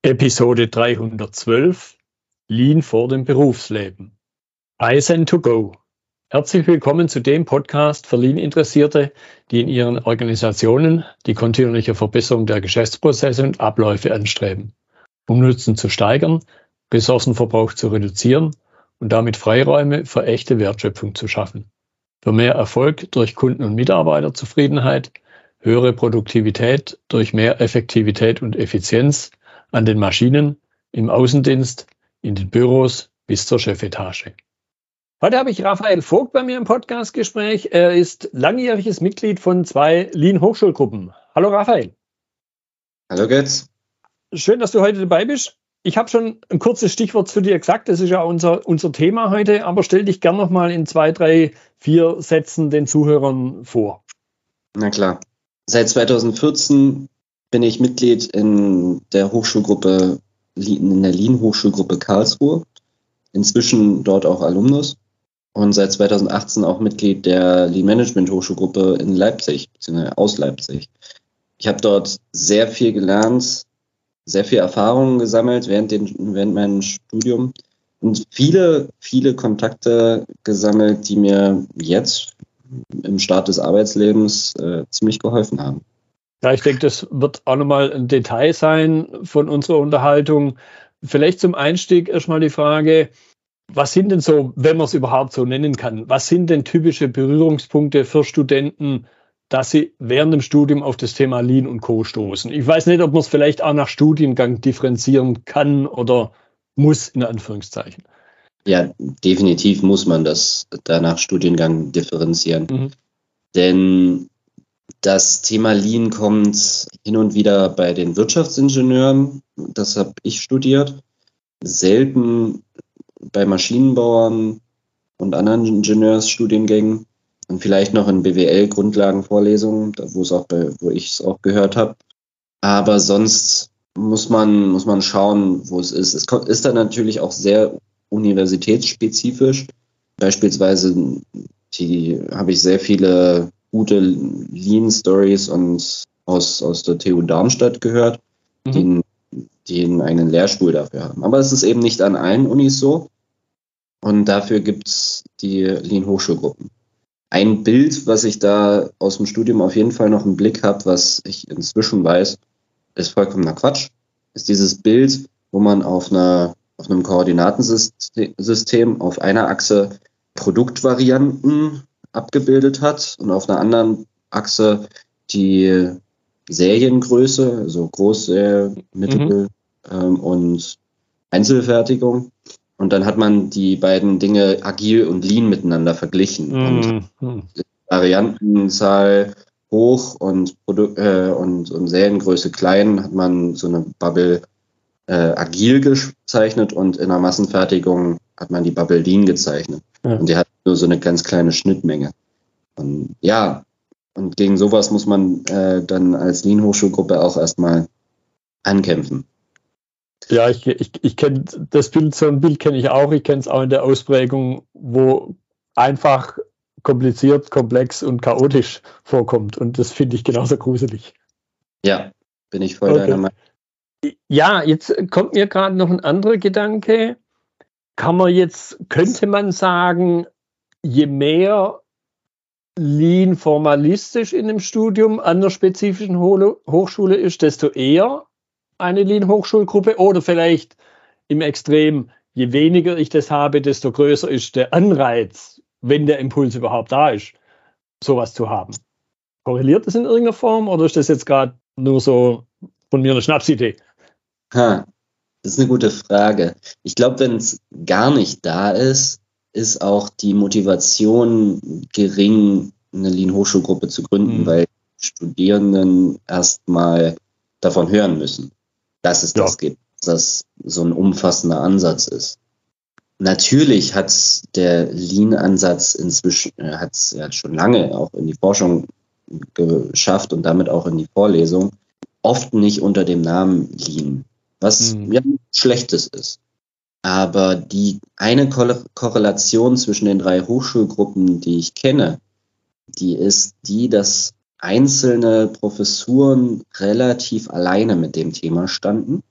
Episode 312 Lean vor dem Berufsleben. Kaizen2Go. Herzlich willkommen zu dem Podcast für Lean-Interessierte, die in ihren Organisationen die kontinuierliche Verbesserung der Geschäftsprozesse und Abläufe anstreben, um Nutzen zu steigern, Ressourcenverbrauch zu reduzieren und damit Freiräume für echte Wertschöpfung zu schaffen. Für mehr Erfolg durch Kunden- und Mitarbeiterzufriedenheit, höhere Produktivität durch mehr Effektivität und Effizienz an den Maschinen, im Außendienst, in den Büros bis zur Chefetage. Heute habe ich Raphael Vogt bei mir im Podcastgespräch. Er ist langjähriges Mitglied von 2 Lean-Hochschulgruppen. Hallo Raphael. Hallo Götz. Schön, dass du heute dabei bist. Ich habe schon ein kurzes Stichwort zu dir gesagt, das ist ja unser Thema heute, aber stell dich gern noch mal in 2, 3, 4 Sätzen den Zuhörern vor. Na klar. Seit 2014 bin ich Mitglied in der Hochschulgruppe, in der Lean-Hochschulgruppe Karlsruhe. Inzwischen dort auch Alumnus. Und seit 2018 auch Mitglied der Lean-Management-Hochschulgruppe in Leipzig, beziehungsweise aus Leipzig. Ich habe dort sehr viel gelernt, sehr viel Erfahrungen gesammelt während meinem Studium und viele Kontakte gesammelt, die mir jetzt im Start des Arbeitslebens ziemlich geholfen haben. Ja, ich denke, das wird auch nochmal ein Detail sein von unserer Unterhaltung. Vielleicht zum Einstieg erstmal die Frage, was sind denn so, wenn man es überhaupt so nennen kann, was sind denn typische Berührungspunkte für Studenten, dass sie während dem Studium auf das Thema Lean und Co. stoßen? Ich weiß nicht, ob man es vielleicht auch nach Studiengang differenzieren kann oder muss, in Anführungszeichen. Ja, definitiv muss man das danach Studiengang differenzieren. Denn das Thema Lean kommt hin und wieder bei den Wirtschaftsingenieuren, das habe ich studiert, selten bei Maschinenbauern und anderen Ingenieursstudiengängen und vielleicht noch in BWL-Grundlagenvorlesungen, wo ich es auch gehört habe. Aber sonst muss man schauen, wo es ist. Es ist dann natürlich auch sehr universitätsspezifisch. Beispielsweise habe ich sehr viele gute Lean-Stories und aus der TU Darmstadt gehört, die einen eigenen Lehrstuhl dafür haben. Aber es ist eben nicht an allen Unis so. Und dafür gibt es die Lean-Hochschulgruppen. Ein Bild, was ich da aus dem Studium auf jeden Fall noch im Blick habe, was ich inzwischen weiß, ist vollkommener Quatsch, ist dieses Bild, wo man auf einem Koordinatensystem auf einer Achse Produktvarianten abgebildet hat und auf einer anderen Achse die Seriengröße, also Großserie, Mittel und Einzelfertigung. Und dann hat man die beiden Dinge agil und lean miteinander verglichen. Und die Variantenzahl hoch und Seriengröße klein hat man so eine Bubble agil gezeichnet und in der Massenfertigung hat man die Bubble lean gezeichnet. Ja. Und die hat nur so eine ganz kleine Schnittmenge. Und ja, und gegen sowas muss man dann als Lean-Hochschulgruppe auch erstmal ankämpfen. Ja, ich kenne das Bild, so ein Bild kenne ich auch. Ich kenne es auch in der Ausprägung, wo einfach kompliziert, komplex und chaotisch vorkommt. Und das finde ich genauso gruselig. Ja, bin ich voll deiner Meinung. Ja, jetzt kommt mir gerade noch ein anderer Gedanke. Könnte man sagen, je mehr Lean formalistisch in dem Studium an der spezifischen Hochschule ist, desto eher eine Lean-Hochschulgruppe, oder vielleicht im Extrem, je weniger ich das habe, desto größer ist der Anreiz, wenn der Impuls überhaupt da ist, sowas zu haben. Korreliert das in irgendeiner Form oder ist das jetzt gerade nur so von mir eine Schnapsidee? Das ist eine gute Frage. Ich glaube, wenn es gar nicht da ist, ist auch die Motivation gering, eine Lean-Hochschulgruppe zu gründen, weil Studierenden erstmal davon hören müssen, dass es das gibt, dass das so ein umfassender Ansatz ist. Natürlich hat der Lean-Ansatz inzwischen, hat's schon lange auch in die Forschung geschafft und damit auch in die Vorlesung, oft nicht unter dem Namen Lean, was ja nichts Schlechtes ist. Aber die eine Korrelation zwischen den 3 Hochschulgruppen, die ich kenne, die ist die, dass einzelne Professuren relativ alleine mit dem Thema standen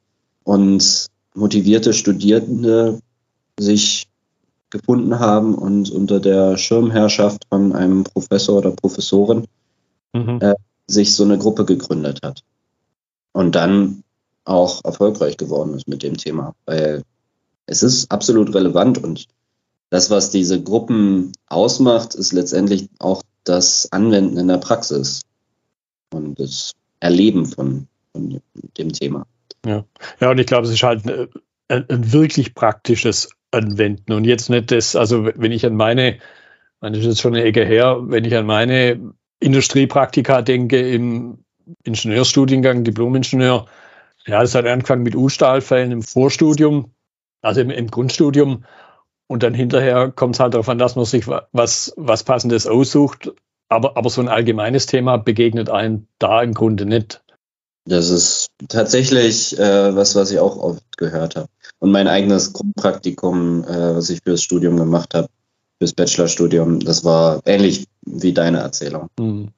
und motivierte Studierende sich gefunden haben und unter der Schirmherrschaft von einem Professor oder Professorin sich so eine Gruppe gegründet hat und dann auch erfolgreich geworden ist mit dem Thema, weil es ist absolut relevant und das, was diese Gruppen ausmacht, ist letztendlich auch das Anwenden in der Praxis und das Erleben von dem Thema. Ja, und ich glaube, es ist halt ein wirklich praktisches Anwenden und jetzt nicht das, also wenn ich an das ist jetzt schon eine Ecke her, wenn ich an meine Industriepraktika denke im Ingenieurstudiengang, Diplom-Ingenieur, ja, das hat angefangen mit U-Stahlfällen im Vorstudium, also im Grundstudium und dann hinterher kommt es halt darauf an, dass man sich was Passendes aussucht, aber so ein allgemeines Thema begegnet einem da im Grunde nicht. Das ist tatsächlich was ich auch oft gehört habe. Und mein eigenes Grundpraktikum, was ich fürs Studium gemacht habe, fürs Bachelorstudium, das war ähnlich wie deine Erzählung.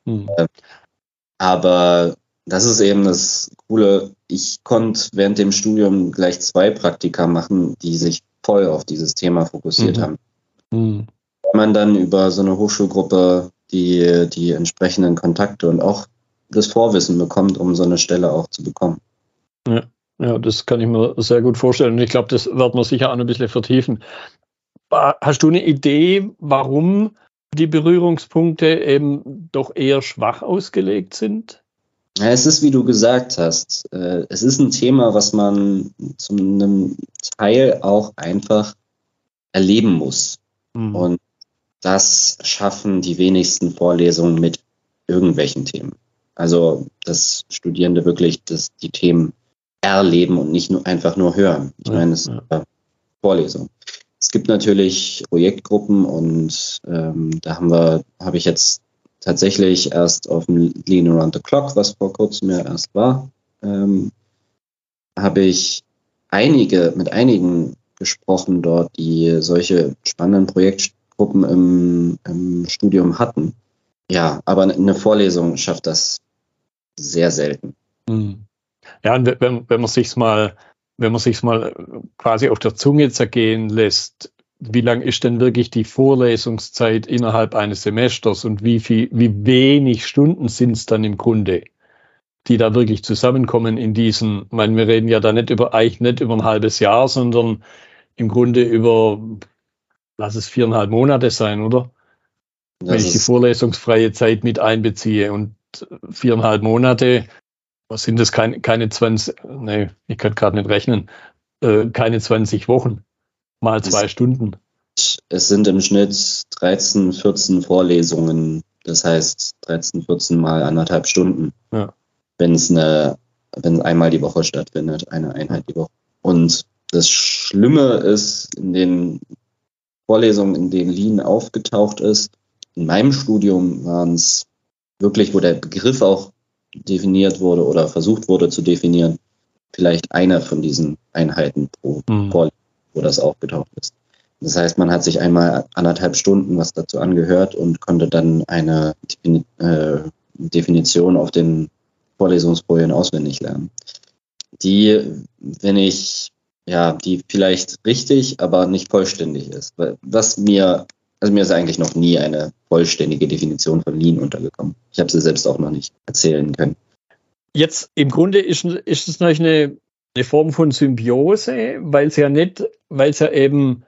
Aber das ist eben das Coole. Ich konnte während dem Studium gleich 2 Praktika machen, die sich voll auf dieses Thema fokussiert haben. Wenn man dann über so eine Hochschulgruppe die entsprechenden Kontakte und auch das Vorwissen bekommt, um so eine Stelle auch zu bekommen. Ja, das kann ich mir sehr gut vorstellen. Und ich glaube, das wird man sicher auch noch ein bisschen vertiefen. Hast du eine Idee, warum die Berührungspunkte eben doch eher schwach ausgelegt sind? Ja, es ist, wie du gesagt hast, es ist ein Thema, was man zu einem Teil auch einfach erleben muss. Und das schaffen die wenigsten Vorlesungen mit irgendwelchen Themen. Also, dass Studierende wirklich die Themen erleben und nicht einfach nur hören. Ich meine, es ist eine Vorlesung. Es gibt natürlich Projektgruppen und da habe ich jetzt tatsächlich erst auf dem Lean Around the Clock, was vor kurzem ja erst war, habe ich mit einigen gesprochen dort, die solche spannenden Projektgruppen im Studium hatten. Ja, aber eine Vorlesung schafft das sehr selten. Ja, und wenn man sich's mal quasi auf der Zunge zergehen lässt, wie lang ist denn wirklich die Vorlesungszeit innerhalb eines Semesters und wie wenig Stunden sind es dann im Grunde, die da wirklich zusammenkommen in diesen, ich meine, wir reden ja da eigentlich nicht über ein halbes Jahr, sondern im Grunde über, lass es 4,5 Monate sein, oder? Wenn ich die vorlesungsfreie Zeit mit einbeziehe und 4,5 Monate, was sind das, keine 20, nee, ich kann gerade nicht rechnen, keine 20 Wochen, mal 2 Stunden. Es sind im Schnitt 13, 14 Vorlesungen, das heißt 13, 14 mal 1,5 Stunden, wenn es einmal die Woche stattfindet, eine Einheit die Woche. Und das Schlimme ist, in den Vorlesungen, in denen Lean aufgetaucht ist, in meinem Studium waren es wirklich, wo der Begriff auch definiert wurde oder versucht wurde zu definieren, vielleicht eine von diesen Einheiten pro Vorlesung, wo das aufgetaucht ist. Das heißt, man hat sich einmal 1,5 Stunden was dazu angehört und konnte dann eine Definition auf den Vorlesungsfolien auswendig lernen. Die vielleicht richtig, aber nicht vollständig ist. Mir ist eigentlich noch nie eine vollständige Definition von Lean untergekommen. Ich habe sie selbst auch noch nicht erzählen können. Jetzt im Grunde ist es noch eine Form von Symbiose, weil es ja eben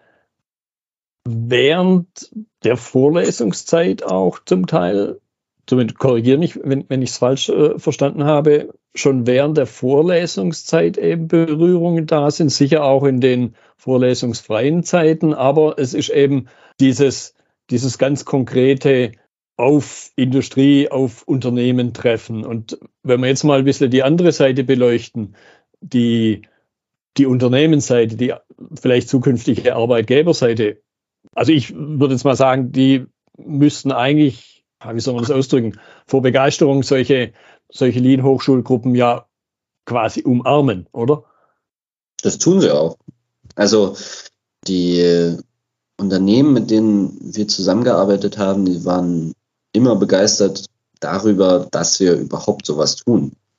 während der Vorlesungszeit auch zum Teil, zumindest korrigiere mich, wenn ich es falsch verstanden habe, schon während der Vorlesungszeit eben Berührungen da sind, sicher auch in den vorlesungsfreien Zeiten, aber es ist eben dieses ganz konkrete auf Industrie, auf Unternehmen treffen. Und wenn wir jetzt mal ein bisschen die andere Seite beleuchten, die Unternehmensseite, die vielleicht zukünftige Arbeitgeberseite, also ich würde jetzt mal sagen, die müssten eigentlich, wie soll man das ausdrücken, vor Begeisterung solche Lean-Hochschulgruppen ja quasi umarmen, oder? Das tun sie auch. Also die Unternehmen, mit denen wir zusammengearbeitet haben, die waren immer begeistert darüber, dass wir überhaupt sowas tun. Ich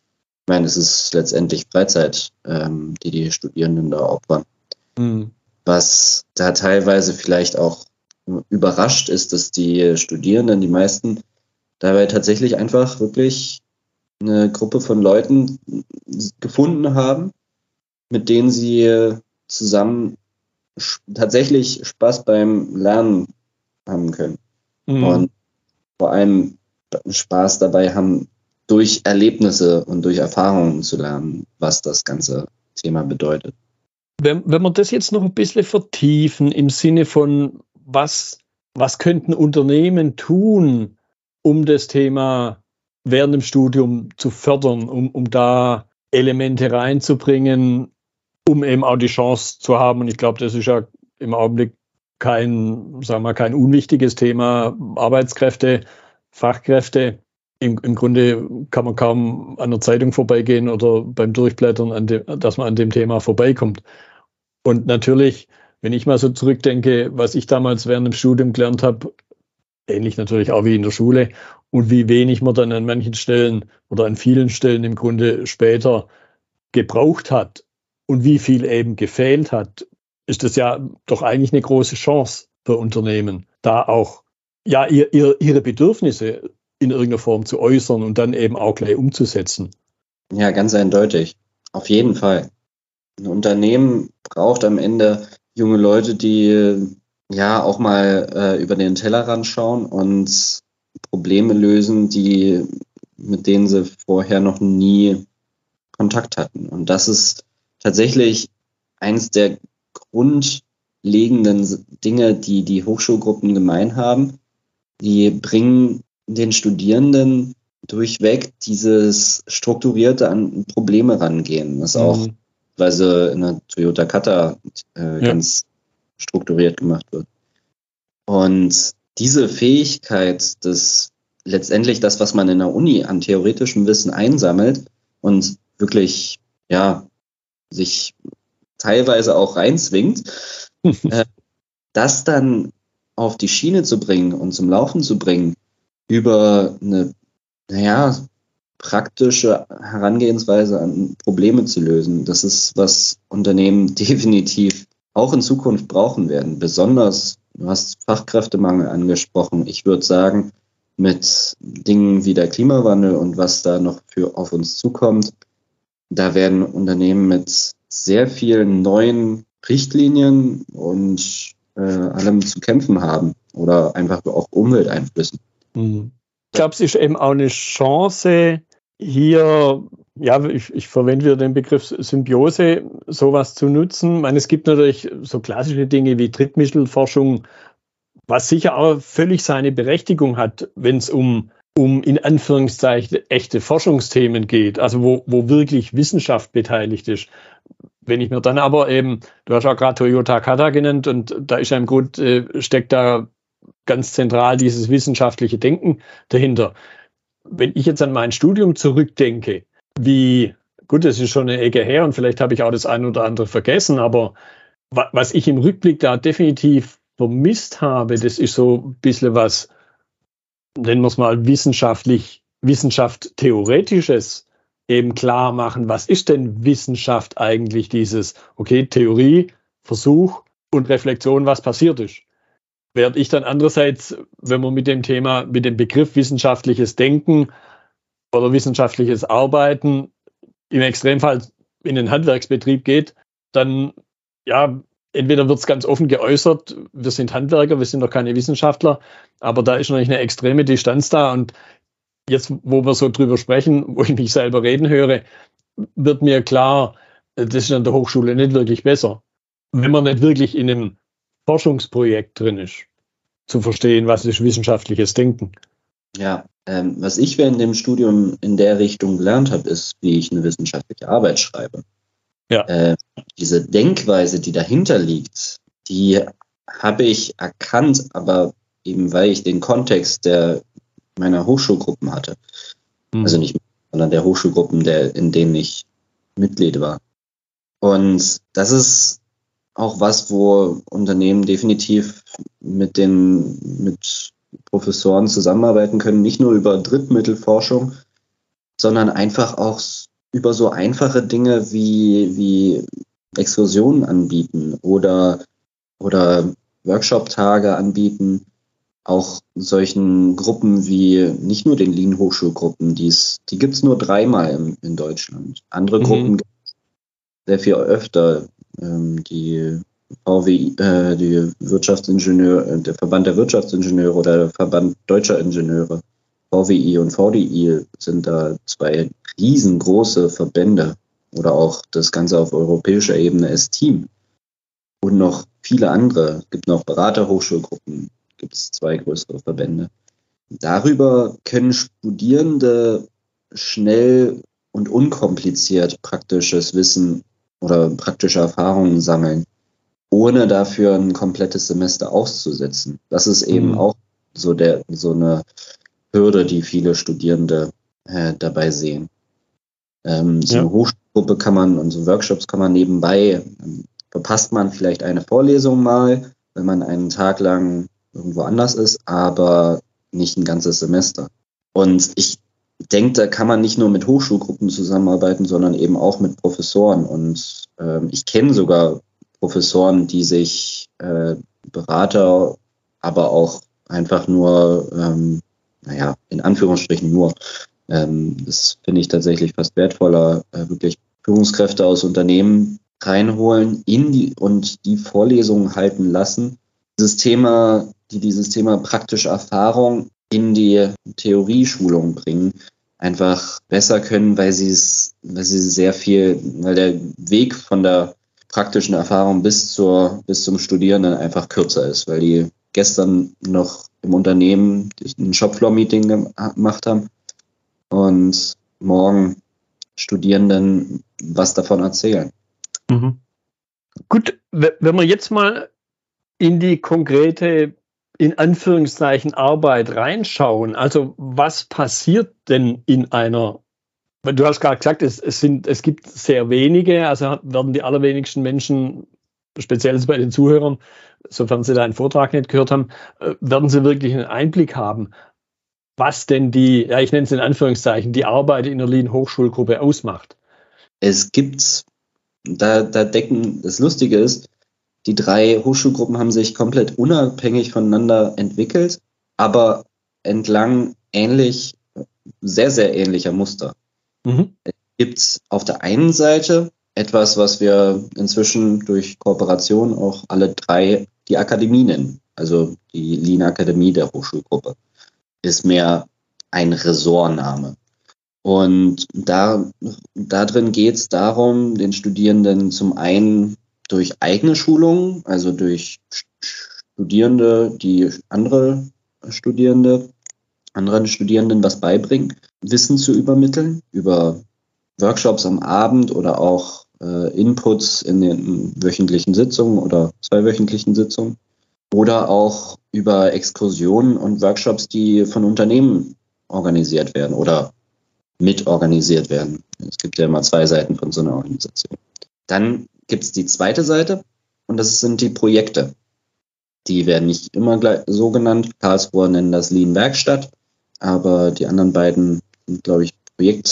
meine, es ist letztendlich Freizeit, die Studierenden da opfern. Mhm. Was da teilweise vielleicht auch überrascht ist, dass die Studierenden, die meisten, dabei tatsächlich einfach wirklich eine Gruppe von Leuten gefunden haben, mit denen sie zusammen tatsächlich Spaß beim Lernen haben können. Mhm. Und vor allem Spaß dabei haben, durch Erlebnisse und durch Erfahrungen zu lernen, was das ganze Thema bedeutet. Wenn wir das jetzt noch ein bisschen vertiefen im Sinne von, was könnten Unternehmen tun, um das Thema während dem Studium zu fördern, um da Elemente reinzubringen, um eben auch die Chance zu haben. Und ich glaube, das ist ja im Augenblick kein unwichtiges Thema. Arbeitskräfte, Fachkräfte. Im Grunde kann man kaum an der Zeitung vorbeigehen oder beim Durchblättern, dass man an dem Thema vorbeikommt. Und natürlich, wenn ich mal so zurückdenke, was ich damals während dem Studium gelernt habe, ähnlich natürlich auch wie in der Schule, und wie wenig man dann an manchen Stellen oder an vielen Stellen im Grunde später gebraucht hat und wie viel eben gefehlt hat, ist das ja doch eigentlich eine große Chance für Unternehmen, da auch ja ihre Bedürfnisse in irgendeiner Form zu äußern und dann eben auch gleich umzusetzen. Ja, ganz eindeutig. Auf jeden Fall. Ein Unternehmen braucht am Ende junge Leute, die ja auch mal über den Tellerrand schauen und Probleme lösen, mit denen sie vorher noch nie Kontakt hatten. Und das ist tatsächlich eins der grundlegenden Dinge, die Hochschulgruppen gemein haben. Die bringen den Studierenden durchweg dieses strukturierte an Probleme rangehen, was auch weil in der Toyota Kata ganz strukturiert gemacht wird. Und diese Fähigkeit, letztendlich das, was man in der Uni an theoretischem Wissen einsammelt und wirklich sich teilweise auch reinzwingt, das dann auf die Schiene zu bringen und zum Laufen zu bringen über eine praktische Herangehensweise an Probleme zu lösen. Das ist, was Unternehmen definitiv auch in Zukunft brauchen werden. Besonders, du hast Fachkräftemangel angesprochen. Ich würde sagen, mit Dingen wie der Klimawandel und was da noch auf uns zukommt, da werden Unternehmen mit sehr vielen neuen Richtlinien und allem zu kämpfen haben oder einfach auch Umwelteinflüssen. Ich glaube, es ist eben auch eine Chance, hier, ich verwende wieder den Begriff Symbiose, sowas zu nutzen. Ich meine, es gibt natürlich so klassische Dinge wie Drittmittelforschung, was sicher auch völlig seine Berechtigung hat, wenn es um in Anführungszeichen echte Forschungsthemen geht, also wo wirklich Wissenschaft beteiligt ist. Wenn ich mir dann aber eben, du hast auch gerade Toyota Kata genannt, und da ist ja im Grunde, steckt da ganz zentral dieses wissenschaftliche Denken dahinter. Wenn ich jetzt an mein Studium zurückdenke, das ist schon eine Ecke her und vielleicht habe ich auch das eine oder andere vergessen, aber was ich im Rückblick da definitiv vermisst habe, das ist so ein bisschen was, nennen wir es mal Wissenschaft Theoretisches, eben klar machen, was ist denn Wissenschaft eigentlich, dieses, okay, Theorie, Versuch und Reflexion, was passiert ist. Während ich dann andererseits, wenn man mit dem Begriff wissenschaftliches Denken oder wissenschaftliches Arbeiten im Extremfall in den Handwerksbetrieb geht, dann, entweder wird es ganz offen geäußert, wir sind Handwerker, wir sind doch keine Wissenschaftler, aber da ist noch eine extreme Distanz da, und jetzt, wo wir so drüber sprechen, wo ich mich selber reden höre, wird mir klar, das ist an der Hochschule nicht wirklich besser. Wenn man nicht wirklich in einem Forschungsprojekt drin ist, zu verstehen, was ist wissenschaftliches Denken. Ja, was ich während dem Studium in der Richtung gelernt habe, ist, wie ich eine wissenschaftliche Arbeit schreibe. Ja. Diese Denkweise, die dahinter liegt, die habe ich erkannt, aber eben weil ich den Kontext meiner Hochschulgruppen hatte. Also nicht, sondern der Hochschulgruppen, in denen ich Mitglied war. Und das ist auch was, wo Unternehmen definitiv mit Professoren zusammenarbeiten können, nicht nur über Drittmittelforschung, sondern einfach auch über so einfache Dinge wie Exkursionen anbieten oder Workshop-Tage anbieten, auch solchen Gruppen wie nicht nur den Lean-Hochschulgruppen, die gibt es nur 3-mal in Deutschland. Andere Gruppen gibt es sehr viel öfter. Die VWI, die Wirtschaftsingenieure, der Verband der Wirtschaftsingenieure oder der Verband Deutscher Ingenieure, VWI und VDI sind da 2 riesengroße Verbände oder auch das Ganze auf europäischer Ebene S-Team und noch viele andere. Es gibt noch Beraterhochschulgruppen, gibt es 2 größere Verbände. Darüber können Studierende schnell und unkompliziert praktisches Wissen oder praktische Erfahrungen sammeln, ohne dafür ein komplettes Semester auszusetzen. Das ist eben auch so eine Hürde, die viele Studierende dabei sehen. So eine Hochschulgruppe kann man und so Workshops kann man nebenbei, verpasst man vielleicht eine Vorlesung mal, wenn man einen Tag lang irgendwo anders ist, aber nicht ein ganzes Semester. Und ich denke, da kann man nicht nur mit Hochschulgruppen zusammenarbeiten, sondern eben auch mit Professoren. Und ich kenne sogar Professoren, die sich Berater, aber auch einfach nur, in Anführungsstrichen nur, das finde ich tatsächlich fast wertvoller, wirklich Führungskräfte aus Unternehmen reinholen und die Vorlesungen halten lassen. Dieses Thema praktische Erfahrung in die Theorieschulung bringen, einfach besser können, weil der Weg von der praktischen Erfahrung bis zum Studierenden einfach kürzer ist, weil die gestern noch im Unternehmen ein Shopfloor-Meeting gemacht haben und morgen Studierenden was davon erzählen. Mhm. Gut, wenn wir jetzt mal in die konkrete, in Anführungszeichen, Arbeit reinschauen, also was passiert denn in einer, du hast gerade gesagt, es gibt sehr wenige, also werden die allerwenigsten Menschen, speziell bei den Zuhörern, sofern sie deinen Vortrag nicht gehört haben, werden sie wirklich einen Einblick haben, was denn ich nenne es in Anführungszeichen, die Arbeit in der Lean-Hochschulgruppe ausmacht. Es gibt, das Lustige ist, die 3 Hochschulgruppen haben sich komplett unabhängig voneinander entwickelt, aber entlang sehr, sehr ähnlicher Muster. Es gibt auf der einen Seite etwas, was wir inzwischen durch Kooperation auch alle 3 die Akademie nennen. Also die Lean-Akademie der Hochschulgruppe ist mehr ein Ressortname. Und da drin geht es darum, den Studierenden zum einen durch eigene Schulungen, also durch Studierende, die anderen Studierenden was beibringen, Wissen zu übermitteln über Workshops am Abend oder auch Inputs in den wöchentlichen Sitzungen oder 2-wöchentlichen Sitzungen oder auch über Exkursionen und Workshops, die von Unternehmen organisiert werden oder mitorganisiert werden. Es gibt ja immer 2 Seiten von so einer Organisation. Dann gibt es die zweite Seite und das sind die Projekte. Die werden nicht immer so genannt. Karlsruher nennen das Lean-Werkstatt, aber die anderen beiden sind, glaube ich,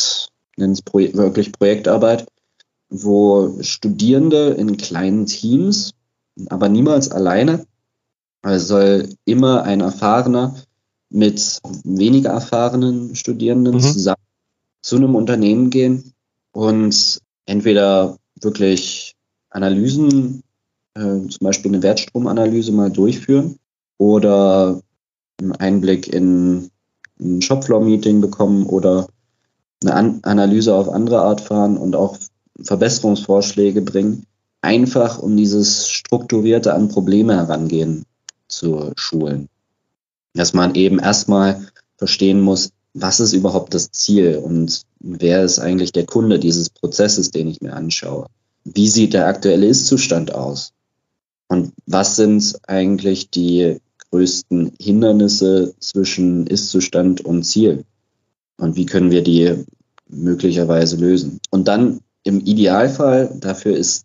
wirklich Projektarbeit, wo Studierende in kleinen Teams, aber niemals alleine, also soll immer ein Erfahrener mit weniger erfahrenen Studierenden zusammen zu einem Unternehmen gehen und entweder wirklich Analysen, zum Beispiel eine Wertstromanalyse mal durchführen oder einen Einblick in ein Shopfloor-Meeting bekommen oder eine Analyse auf andere Art fahren und auch Verbesserungsvorschläge bringen, einfach um dieses strukturierte an Probleme herangehen zu schulen. Dass man eben erstmal verstehen muss, was ist überhaupt das Ziel und wer ist eigentlich der Kunde dieses Prozesses, den ich mir anschaue? Wie sieht der aktuelle Ist-Zustand aus? Und was sind eigentlich die größten Hindernisse zwischen Ist-Zustand und Ziel? Und wie können wir die möglicherweise lösen? Und dann im Idealfall, dafür ist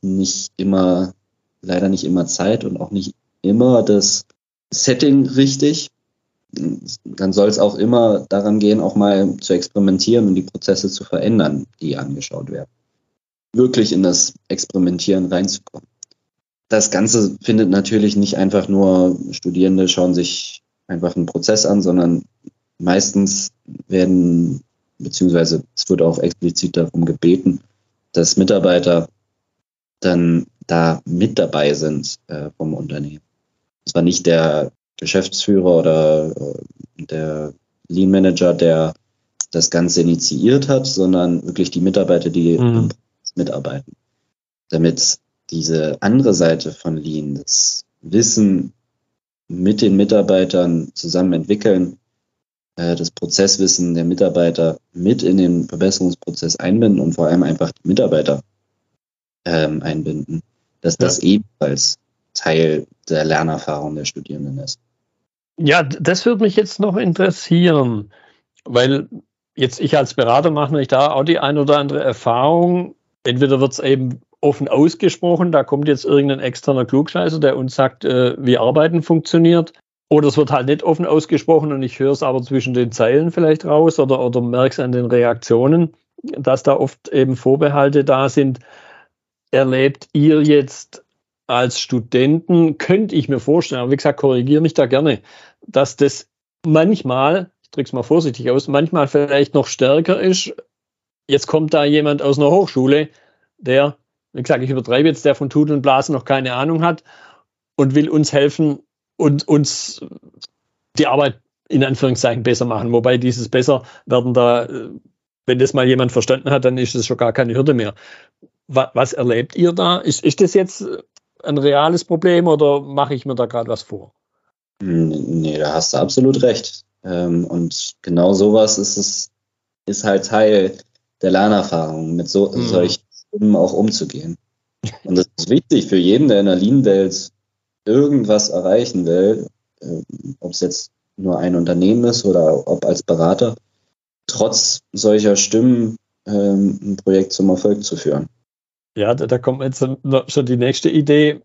leider nicht immer Zeit und auch nicht immer das Setting richtig, dann soll es auch immer daran gehen, auch mal zu experimentieren und die Prozesse zu verändern, die angeschaut werden. Wirklich in das Experimentieren reinzukommen. Das Ganze findet natürlich nicht einfach nur, Studierende schauen sich einfach einen Prozess an, sondern meistens beziehungsweise es wird auch explizit darum gebeten, dass Mitarbeiter dann da mit dabei sind vom Unternehmen. Es war nicht der Geschäftsführer oder der Lean Manager, der das Ganze initiiert hat, sondern wirklich die Mitarbeiter, die mitarbeiten. Damit diese andere Seite von Lean, das Wissen mit den Mitarbeitern zusammen entwickeln, das Prozesswissen der Mitarbeiter mit in den Verbesserungsprozess einbinden und vor allem einfach die Mitarbeiter einbinden, dass das ebenfalls Teil der Lernerfahrung der Studierenden ist. Ja, das würde mich jetzt noch interessieren, weil jetzt ich als Berater mache natürlich da auch die ein oder andere Erfahrung. Entweder wird es eben offen ausgesprochen, da kommt jetzt irgendein externer Klugscheißer, der uns sagt, wie Arbeiten funktioniert. Oder es wird halt nicht offen ausgesprochen und ich höre es aber zwischen den Zeilen vielleicht raus oder merke es an den Reaktionen, dass da oft eben Vorbehalte da sind. Erlebt ihr jetzt als Studenten, könnte ich mir vorstellen, aber wie gesagt, korrigiere mich da gerne, dass das manchmal, ich drücke es mal vorsichtig aus, manchmal vielleicht noch stärker ist. Jetzt kommt da jemand aus einer Hochschule, der, wie gesagt, ich übertreibe jetzt, der von Tut und Blasen noch keine Ahnung hat und will uns helfen und uns die Arbeit in Anführungszeichen besser machen. Wobei dieses besser werden da, wenn das mal jemand verstanden hat, dann ist das schon gar keine Hürde mehr. Was erlebt ihr da? Ist das jetzt ein reales Problem oder mache ich mir da gerade was vor? Nee, da hast du absolut recht. Und genau sowas ist halt Teil der Lernerfahrung, mit solchen Stimmen auch umzugehen. Und das ist wichtig für jeden, der in der Lean-Welt irgendwas erreichen will, ob es jetzt nur ein Unternehmen ist oder ob als Berater, trotz solcher Stimmen ein Projekt zum Erfolg zu führen. Ja, da kommt jetzt schon die nächste Idee.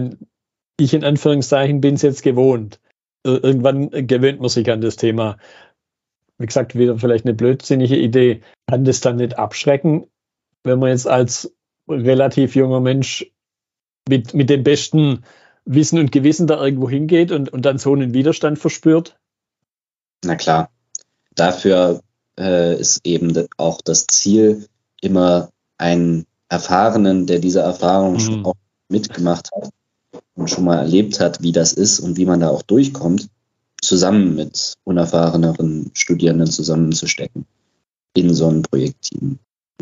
Ich in Anführungszeichen bin es jetzt gewohnt. Irgendwann gewöhnt man sich an das Thema. Wie gesagt, wieder vielleicht eine blödsinnige Idee. Kann das dann nicht abschrecken, wenn man jetzt als relativ junger Mensch mit dem besten Wissen und Gewissen da irgendwo hingeht und dann so einen Widerstand verspürt? Na klar. Dafür ist eben auch das Ziel, immer einen Erfahrenen, der diese Erfahrung schon auch mitgemacht hat und schon mal erlebt hat, wie das ist und wie man da auch durchkommt, zusammen mit unerfahreneren Studierenden zusammenzustecken in so einem Projektteam.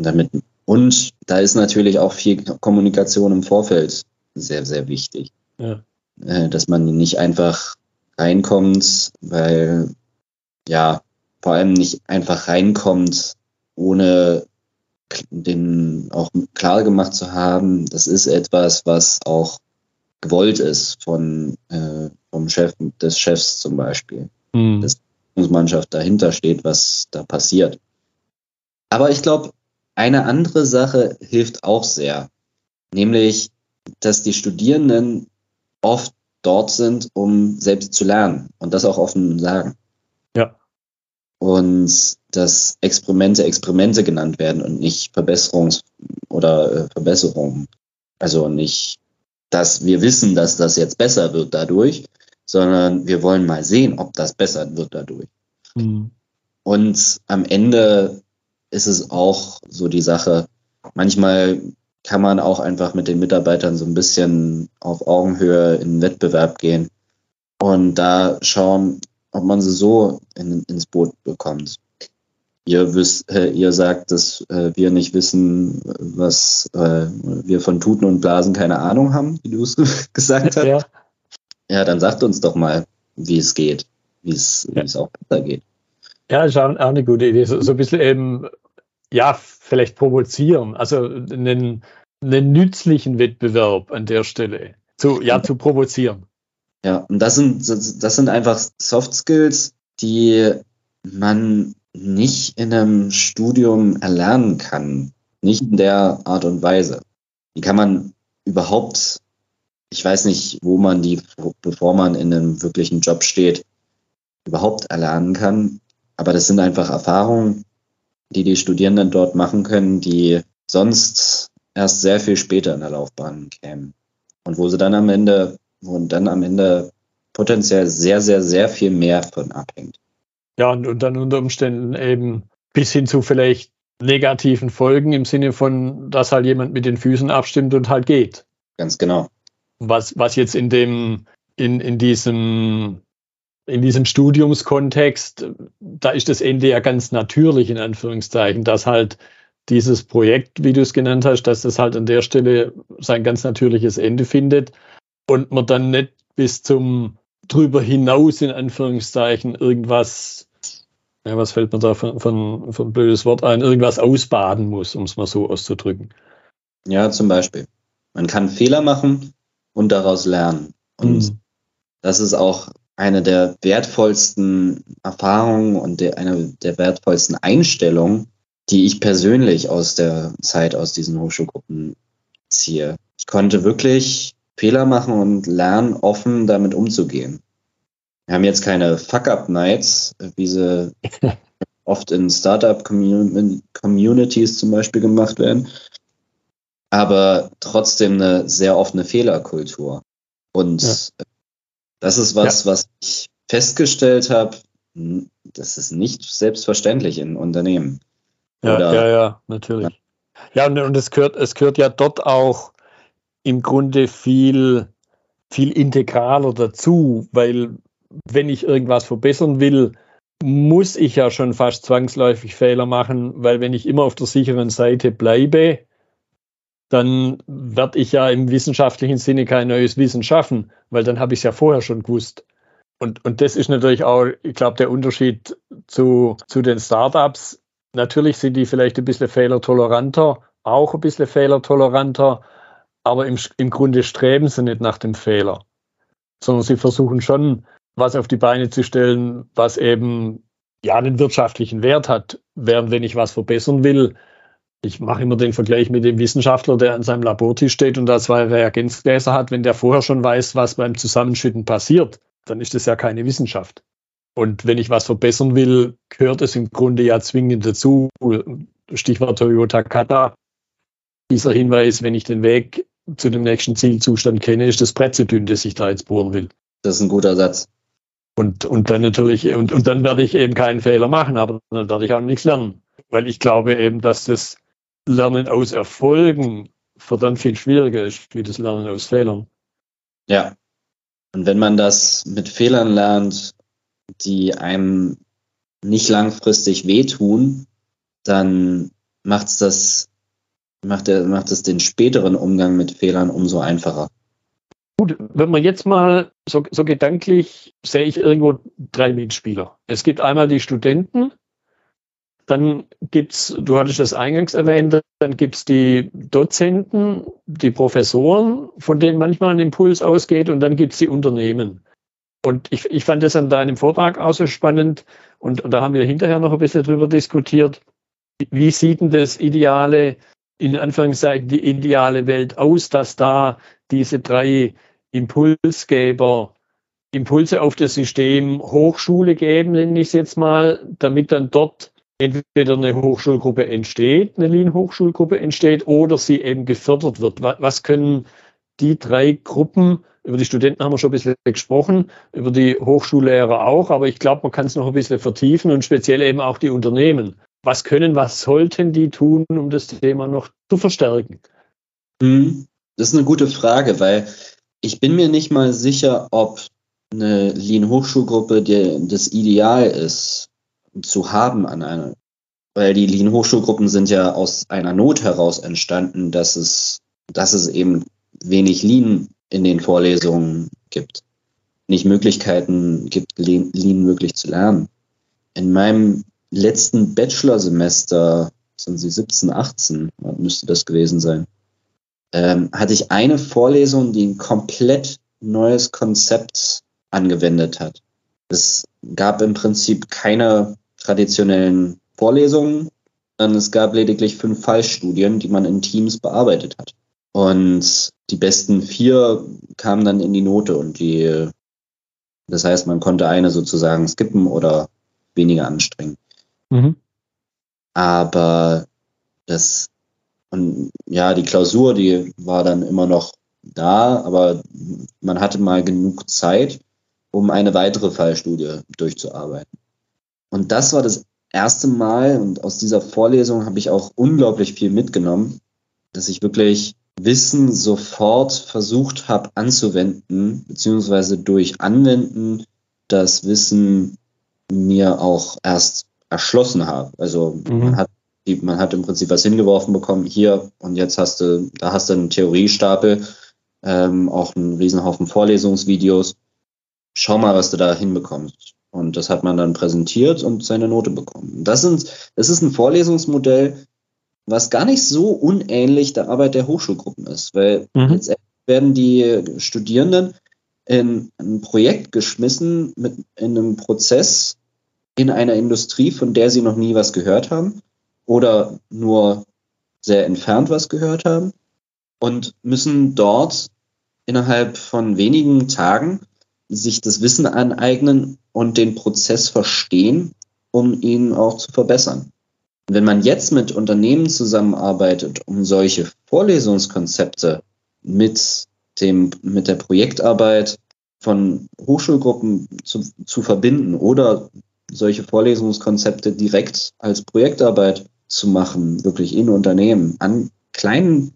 Und da ist natürlich auch viel Kommunikation im Vorfeld sehr, sehr wichtig. Ja. Dass man nicht einfach reinkommt, weil vor allem nicht einfach reinkommt, ohne den auch klar gemacht zu haben, das ist etwas, was auch gewollt ist vom Chef, des Chefs zum Beispiel. Dass die Mannschaft dahinter steht, was da passiert. Aber ich glaube, eine andere Sache hilft auch sehr, nämlich, dass die Studierenden oft dort sind, um selbst zu lernen und das auch offen sagen. Ja. Und dass Experimente genannt werden und nicht Verbesserungen. Also nicht, dass wir wissen, dass das jetzt besser wird dadurch, sondern wir wollen mal sehen, ob das besser wird dadurch. Und am Ende ist es auch so die Sache, manchmal kann man auch einfach mit den Mitarbeitern so ein bisschen auf Augenhöhe in den Wettbewerb gehen und da schauen, ob man sie so ins Boot bekommt. Ihr sagt, dass wir nicht wissen, was wir von Tuten und Blasen keine Ahnung haben, wie du es gesagt hast. Ja, dann sagt uns doch mal, wie es geht, wie es auch besser geht. Ja, ist auch eine gute Idee. So ein bisschen eben, vielleicht provozieren, also einen nützlichen Wettbewerb an der Stelle zu provozieren. Ja, und das sind einfach Soft Skills, die man nicht in einem Studium erlernen kann. Nicht in der Art und Weise. Die kann man überhaupt, ich weiß nicht, wo man die, bevor man in einem wirklichen Job steht, überhaupt erlernen kann. Aber das sind einfach Erfahrungen, die die Studierenden dort machen können, die sonst erst sehr viel später in der Laufbahn kämen. Und wo dann am Ende potenziell sehr, sehr, sehr viel mehr von abhängt. Ja, und dann unter Umständen eben bis hin zu vielleicht negativen Folgen im Sinne von, dass halt jemand mit den Füßen abstimmt und halt geht. Ganz genau. Was jetzt in diesem Studiumskontext, da ist das Ende ja ganz natürlich, in Anführungszeichen, dass halt dieses Projekt, wie du es genannt hast, dass das halt an der Stelle sein ganz natürliches Ende findet und man dann nicht bis zum drüber hinaus, in Anführungszeichen, irgendwas, ja, was fällt mir da für ein blödes Wort ein, irgendwas ausbaden muss, um es mal so auszudrücken. Ja, zum Beispiel. Man kann Fehler machen und daraus lernen. Und das ist auch eine der wertvollsten Erfahrungen und eine der wertvollsten Einstellungen, die ich persönlich aus der Zeit aus diesen Hochschulgruppen ziehe. Ich konnte wirklich Fehler machen und lernen, offen damit umzugehen. Wir haben jetzt keine Fuck-Up-Nights, wie sie oft in Startup-Communities zum Beispiel gemacht werden, aber trotzdem eine sehr offene Fehlerkultur. Und das ist was ich festgestellt habe, das ist nicht selbstverständlich in Unternehmen. Ja, natürlich. Ja, und es gehört ja dort auch im Grunde viel integraler dazu, weil wenn ich irgendwas verbessern will, muss ich ja schon fast zwangsläufig Fehler machen, weil wenn ich immer auf der sicheren Seite bleibe, dann werde ich ja im wissenschaftlichen Sinne kein neues Wissen schaffen, weil dann habe ich es ja vorher schon gewusst. Und das ist natürlich auch, ich glaube, der Unterschied zu den Startups. Natürlich sind die vielleicht ein bisschen fehlertoleranter, aber im Grunde streben sie nicht nach dem Fehler, sondern sie versuchen schon, was auf die Beine zu stellen, was eben ja einen wirtschaftlichen Wert hat. Während wenn ich was verbessern will, ich mache immer den Vergleich mit dem Wissenschaftler, der an seinem Labortisch steht und da 2 Reagenzgläser hat, wenn der vorher schon weiß, was beim Zusammenschütten passiert, dann ist das ja keine Wissenschaft. Und wenn ich was verbessern will, gehört es im Grunde ja zwingend dazu. Stichwort Toyota Kata. Dieser Hinweis, wenn ich den Weg zu dem nächsten Zielzustand kenne, ist das Brett zu dünn, das ich da jetzt bohren will. Das ist ein guter Satz. Und dann natürlich, und dann werde ich eben keinen Fehler machen, aber dann werde ich auch nichts lernen. Weil ich glaube eben, dass das Lernen aus Erfolgen verdammt viel schwieriger ist, wie das Lernen aus Fehlern. Ja. Und wenn man das mit Fehlern lernt, die einem nicht langfristig wehtun, dann macht es den späteren Umgang mit Fehlern umso einfacher. Gut, wenn man jetzt mal so gedanklich, sehe ich irgendwo 3 Mitspieler. Es gibt einmal die Studenten, dann gibt's, du hattest das eingangs erwähnt, dann gibt's die Dozenten, die Professoren, von denen manchmal ein Impuls ausgeht, und dann gibt's die Unternehmen. Und ich fand das an deinem Vortrag auch so spannend, und da haben wir hinterher noch ein bisschen drüber diskutiert. Wie sieht denn das ideale, in Anführungszeichen die ideale Welt aus, dass da diese 3 Impulsgeber Impulse auf das System Hochschule geben, nenne ich es jetzt mal, damit dann dort entweder eine Hochschulgruppe entsteht, eine Lean-Hochschulgruppe entsteht, oder sie eben gefördert wird. Was können die 3 Gruppen, über die Studenten haben wir schon ein bisschen gesprochen, über die Hochschullehrer auch, aber ich glaube, man kann es noch ein bisschen vertiefen, und speziell eben auch die Unternehmen. Was sollten die tun, um das Thema noch zu verstärken? Das ist eine gute Frage, weil ich bin mir nicht mal sicher, ob eine Lean-Hochschulgruppe das Ideal ist, zu haben weil die Lean-Hochschulgruppen sind ja aus einer Not heraus entstanden, dass es eben wenig Lean in den Vorlesungen gibt, nicht Möglichkeiten gibt, Lean wirklich zu lernen. In meinem letzten Bachelorsemester, sind sie 17, 18, müsste das gewesen sein, hatte ich eine Vorlesung, die ein komplett neues Konzept angewendet hat. Es gab im Prinzip keine traditionellen Vorlesungen, sondern es gab lediglich 5 Fallstudien, die man in Teams bearbeitet hat. Und die besten 4 kamen dann in die Note, und die Das heißt, man konnte eine sozusagen skippen oder weniger anstrengen. Aber die Klausur, die war dann immer noch da, aber man hatte mal genug Zeit, um eine weitere Fallstudie durchzuarbeiten. Und das war das erste Mal, und aus dieser Vorlesung habe ich auch unglaublich viel mitgenommen, dass ich wirklich Wissen sofort versucht habe anzuwenden, beziehungsweise durch Anwenden das Wissen mir auch erst erschlossen habe. Also man hat im Prinzip was hingeworfen bekommen, hier, und jetzt hast du einen Theoriestapel, auch einen Riesenhaufen Vorlesungsvideos. Schau mal, was du da hinbekommst. Und das hat man dann präsentiert und seine Note bekommen. Das ist ein Vorlesungsmodell, was gar nicht so unähnlich der Arbeit der Hochschulgruppen ist, weil letztendlich werden die Studierenden in ein Projekt geschmissen in einem Prozess in einer Industrie, von der sie noch nie was gehört haben oder nur sehr entfernt was gehört haben, und müssen dort innerhalb von wenigen Tagen sich das Wissen aneignen und den Prozess verstehen, um ihn auch zu verbessern. Wenn man jetzt mit Unternehmen zusammenarbeitet, um solche Vorlesungskonzepte mit der Projektarbeit von Hochschulgruppen zu verbinden oder solche Vorlesungskonzepte direkt als Projektarbeit zu machen, wirklich in Unternehmen, an kleinen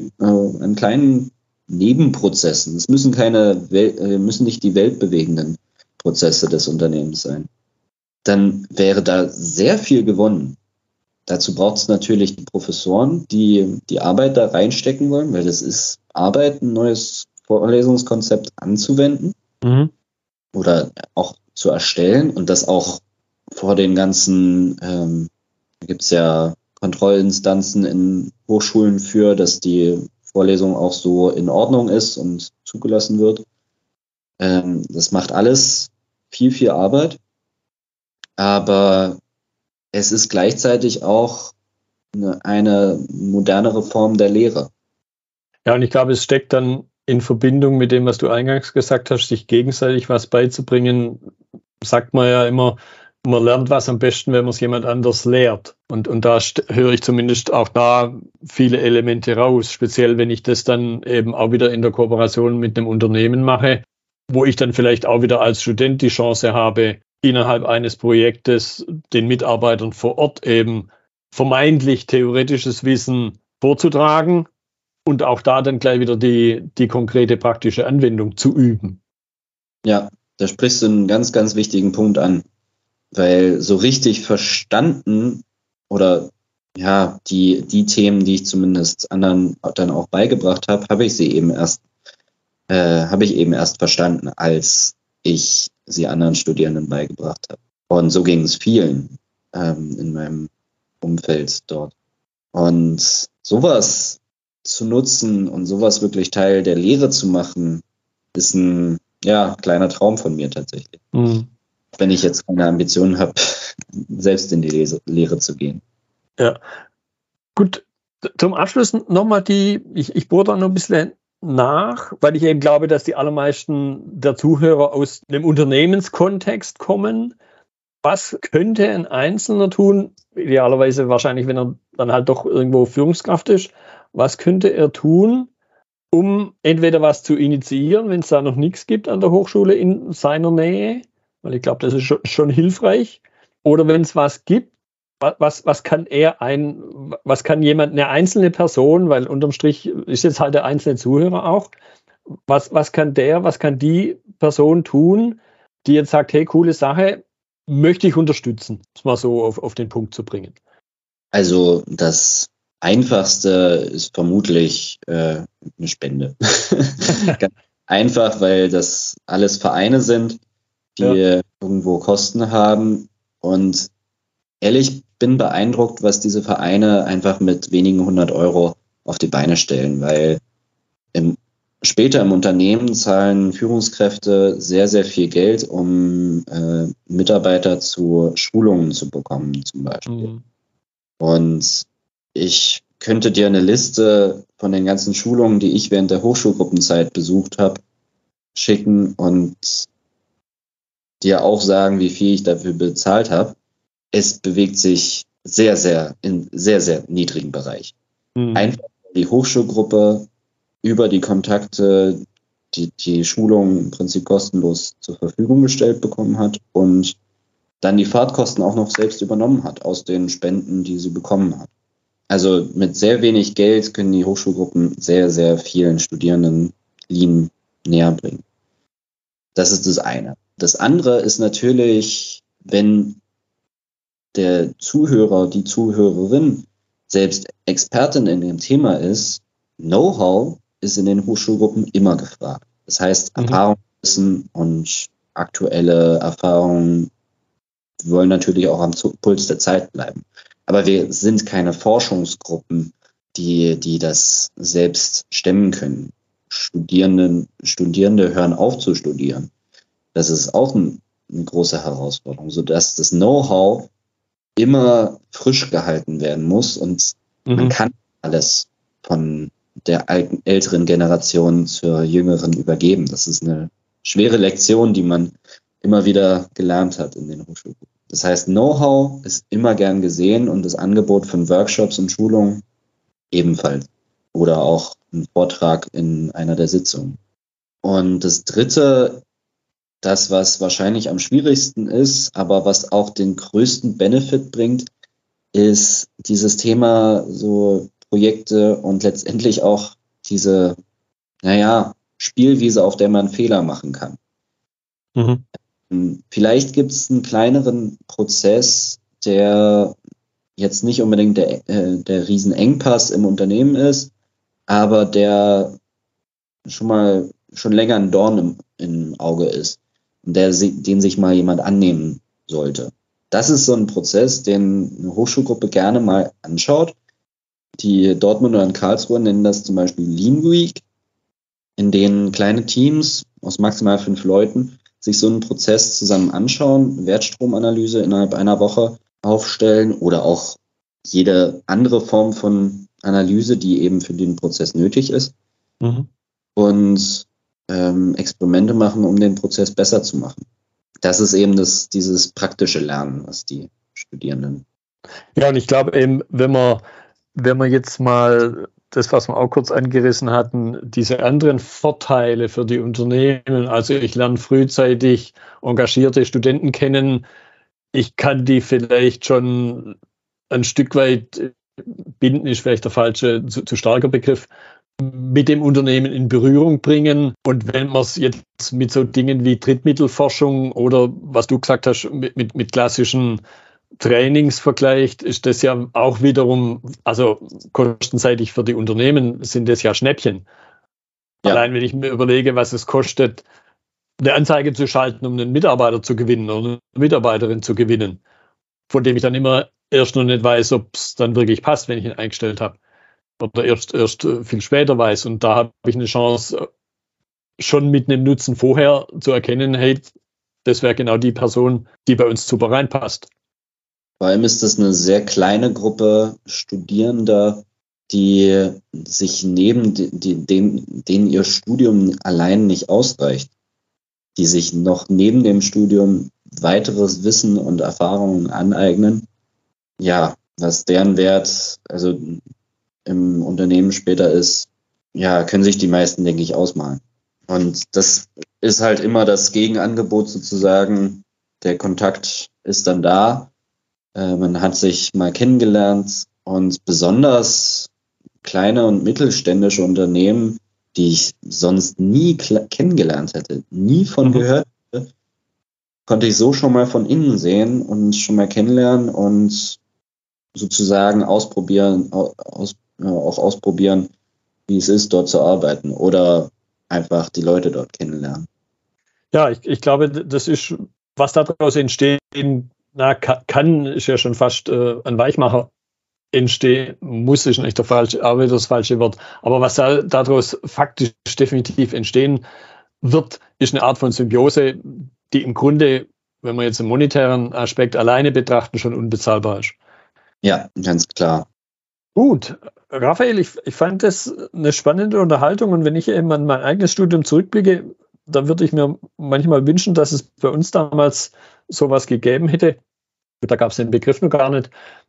Nebenprozessen. Es müssen müssen nicht die weltbewegenden Prozesse des Unternehmens sein. Dann wäre da sehr viel gewonnen. Dazu braucht es natürlich die Professoren, die die Arbeit da reinstecken wollen, weil das ist Arbeit, ein neues Vorlesungskonzept anzuwenden oder auch zu erstellen und das auch vor den ganzen, da gibt es ja Kontrollinstanzen in Hochschulen für, dass die Vorlesung auch so in Ordnung ist und zugelassen wird. Das macht alles viel, viel Arbeit, aber es ist gleichzeitig auch eine modernere Form der Lehre. Ja, und ich glaube, es steckt dann in Verbindung mit dem, was du eingangs gesagt hast, sich gegenseitig was beizubringen, sagt man ja immer, man lernt was am besten, wenn man es jemand anders lehrt. Und da höre ich zumindest auch da viele Elemente raus, speziell wenn ich das dann eben auch wieder in der Kooperation mit einem Unternehmen mache, wo ich dann vielleicht auch wieder als Student die Chance habe, innerhalb eines Projektes den Mitarbeitern vor Ort eben vermeintlich theoretisches Wissen vorzutragen und auch da dann gleich wieder die konkrete praktische Anwendung zu üben. Ja, da sprichst du einen ganz, ganz wichtigen Punkt an, weil so richtig verstanden oder ja, die Themen, die ich zumindest anderen dann auch beigebracht habe, habe ich eben erst verstanden, als ich sie anderen Studierenden beigebracht habe. Und so ging es vielen in meinem Umfeld dort. Und sowas zu nutzen und sowas wirklich Teil der Lehre zu machen, ist ein kleiner Traum von mir tatsächlich. Wenn ich jetzt keine Ambitionen habe, selbst in die Lehre zu gehen. Ja, gut. Zum Abschluss nochmal ich bohre da noch ein bisschen nach, weil ich eben glaube, dass die allermeisten der Zuhörer aus dem Unternehmenskontext kommen. Was könnte ein Einzelner tun, idealerweise wahrscheinlich, wenn er dann halt doch irgendwo Führungskraft ist, was könnte er tun, um entweder was zu initiieren, wenn es da noch nichts gibt an der Hochschule in seiner Nähe, weil ich glaube, das ist schon hilfreich, oder wenn es was gibt, was kann eine einzelne Person, weil unterm Strich ist jetzt halt der einzelne Zuhörer auch, was kann die Person tun, die jetzt sagt, hey, coole Sache, möchte ich unterstützen, das mal so auf den Punkt zu bringen? Also das Einfachste ist vermutlich eine Spende. Ganz einfach, weil das alles Vereine sind, die irgendwo Kosten haben, und ehrlich, bin beeindruckt, was diese Vereine einfach mit wenigen 100 Euro auf die Beine stellen, weil später im Unternehmen zahlen Führungskräfte sehr, sehr viel Geld, um Mitarbeiter zu Schulungen zu bekommen, zum Beispiel. Und ich könnte dir eine Liste von den ganzen Schulungen, die ich während der Hochschulgruppenzeit besucht habe, schicken, und dir auch sagen, wie viel ich dafür bezahlt habe. Es bewegt sich in sehr, sehr niedrigen Bereich. Einfach die Hochschulgruppe über die Kontakte die Schulung im Prinzip kostenlos zur Verfügung gestellt bekommen hat und dann die Fahrtkosten auch noch selbst übernommen hat aus den Spenden, die sie bekommen hat. Also mit sehr wenig Geld können die Hochschulgruppen sehr, sehr vielen Studierenden Lean näher bringen. Das ist das eine. Das andere ist natürlich, wenn der Zuhörer, die Zuhörerin selbst Expertin in dem Thema ist, Know-how ist in den Hochschulgruppen immer gefragt. Das heißt, Erfahrungswissen und aktuelle Erfahrungen wollen natürlich auch am Puls der Zeit bleiben. Aber wir sind keine Forschungsgruppen, die das selbst stemmen können. Studierende hören auf zu studieren. Das ist auch eine große Herausforderung, sodass das Know-how immer frisch gehalten werden muss und man kann alles von der älteren Generation zur jüngeren übergeben. Das ist eine schwere Lektion, die man immer wieder gelernt hat in den Hochschulen. Das heißt, Know-how ist immer gern gesehen und das Angebot von Workshops und Schulungen ebenfalls. Oder auch ein Vortrag in einer der Sitzungen. Und das Dritte, das, was wahrscheinlich am schwierigsten ist, aber was auch den größten Benefit bringt, ist dieses Thema so Projekte und letztendlich auch diese, Spielwiese, auf der man Fehler machen kann. Vielleicht gibt es einen kleineren Prozess, der jetzt nicht unbedingt der Riesenengpass im Unternehmen ist, aber der schon länger ein Dorn im Auge ist und den sich mal jemand annehmen sollte. Das ist so ein Prozess, den eine Hochschulgruppe gerne mal anschaut. Die Dortmunder und Karlsruhe nennen das zum Beispiel Lean Week, in denen kleine Teams aus maximal 5 Leuten sich so einen Prozess zusammen anschauen, Wertstromanalyse innerhalb einer Woche aufstellen oder auch jede andere Form von Analyse, die eben für den Prozess nötig ist. Und Experimente machen, um den Prozess besser zu machen. Das ist eben dieses praktische Lernen, was die Studierenden. Ja, und ich glaube eben, wenn man jetzt mal das, was wir auch kurz angerissen hatten, diese anderen Vorteile für die Unternehmen, also ich lerne frühzeitig engagierte Studenten kennen, ich kann die vielleicht schon ein Stück weit binden, ist vielleicht der falsche, zu starker Begriff, mit dem Unternehmen in Berührung bringen. Und wenn man es jetzt mit so Dingen wie Drittmittelforschung oder was du gesagt hast, mit klassischen Trainings vergleicht, ist das ja auch wiederum, also kostenseitig für die Unternehmen sind das ja Schnäppchen. Ja. Allein wenn ich mir überlege, was es kostet, eine Anzeige zu schalten, um einen Mitarbeiter zu gewinnen oder eine Mitarbeiterin zu gewinnen, von dem ich dann immer erst noch nicht weiß, ob es dann wirklich passt, wenn ich ihn eingestellt habe. Oder erst viel später weiß. Und da habe ich eine Chance, schon mit einem Nutzen vorher zu erkennen, hey, das wäre genau die Person, die bei uns super reinpasst. Vor allem ist das eine sehr kleine Gruppe Studierender, die sich neben denen ihr Studium allein nicht ausreicht, die sich noch neben dem Studium weiteres Wissen und Erfahrungen aneignen. Ja, was deren Wert also im Unternehmen später ist, ja, können sich die meisten, denke ich, ausmalen. Und das ist halt immer das Gegenangebot sozusagen. Der Kontakt ist dann da. Man hat sich mal kennengelernt und besonders kleine und mittelständische Unternehmen, die ich sonst nie kennengelernt hätte, nie von gehört hätte, konnte ich so schon mal von innen sehen und schon mal kennenlernen und sozusagen ausprobieren, wie es ist, dort zu arbeiten oder einfach die Leute dort kennenlernen. Ja, ich glaube, das ist, was daraus entstehen kann, ist ja schon fast ein Weichmacher entstehen, muss ist nicht das falsche Wort, aber was daraus faktisch definitiv entstehen wird, ist eine Art von Symbiose, die im Grunde, wenn wir jetzt einen monetären Aspekt alleine betrachten, schon unbezahlbar ist. Ja, ganz klar. Gut, Raphael, ich fand das eine spannende Unterhaltung und wenn ich eben an mein eigenes Studium zurückblicke, da würde ich mir manchmal wünschen, dass es bei uns damals sowas gegeben hätte. Da gab es den Begriff noch gar nicht.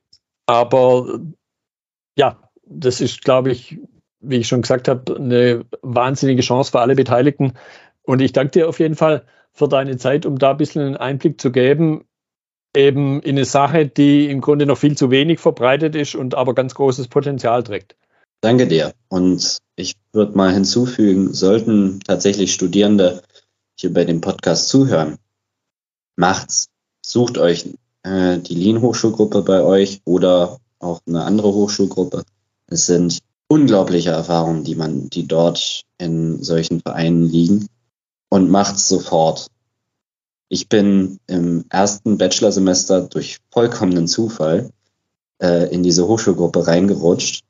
Aber ja, das ist, glaube ich, wie ich schon gesagt habe, eine wahnsinnige Chance für alle Beteiligten. Und ich danke dir auf jeden Fall für deine Zeit, um da ein bisschen einen Einblick zu geben, eben in eine Sache, die im Grunde noch viel zu wenig verbreitet ist und aber ganz großes Potenzial trägt. Danke dir. Und ich würde mal hinzufügen, sollten tatsächlich Studierende hier bei dem Podcast zuhören, macht's. Sucht euch die Lean-Hochschulgruppe bei euch oder auch eine andere Hochschulgruppe. Es sind unglaubliche Erfahrungen, die dort in solchen Vereinen liegen, und macht's sofort. Ich bin im ersten Bachelorsemester durch vollkommenen Zufall in diese Hochschulgruppe reingerutscht,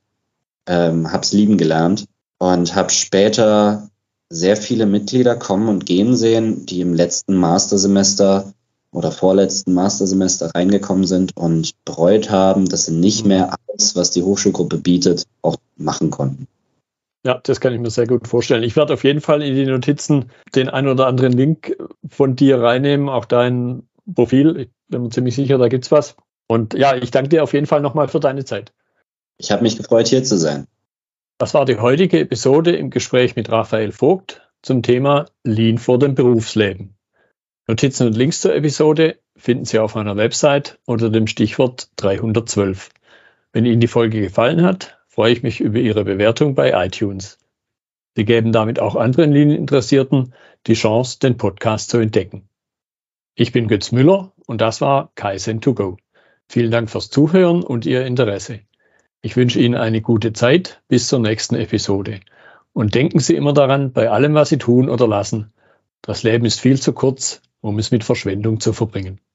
hab's lieben gelernt und habe später sehr viele Mitglieder kommen und gehen sehen, die im letzten Mastersemester oder vorletzten Mastersemester reingekommen sind und bereut haben, dass sie nicht mehr alles, was die Hochschulgruppe bietet, auch machen konnten. Ja, das kann ich mir sehr gut vorstellen. Ich werde auf jeden Fall in die Notizen den ein oder anderen Link von dir reinnehmen, auch dein Profil. Ich bin mir ziemlich sicher, da gibt's was. Und ja, ich danke dir auf jeden Fall nochmal für deine Zeit. Ich habe mich gefreut, hier zu sein. Das war die heutige Episode im Gespräch mit Raphael Vogt zum Thema Lean vor dem Berufsleben. Notizen und Links zur Episode finden Sie auf meiner Website unter dem Stichwort 312. Wenn Ihnen die Folge gefallen hat, freue ich mich über Ihre Bewertung bei iTunes. Sie geben damit auch anderen Lean-Interessierten die Chance, den Podcast zu entdecken. Ich bin Götz Müller und das war Kaizen2Go. Vielen Dank fürs Zuhören und Ihr Interesse. Ich wünsche Ihnen eine gute Zeit bis zur nächsten Episode. Und denken Sie immer daran, bei allem, was Sie tun oder lassen, das Leben ist viel zu kurz, um es mit Verschwendung zu verbringen.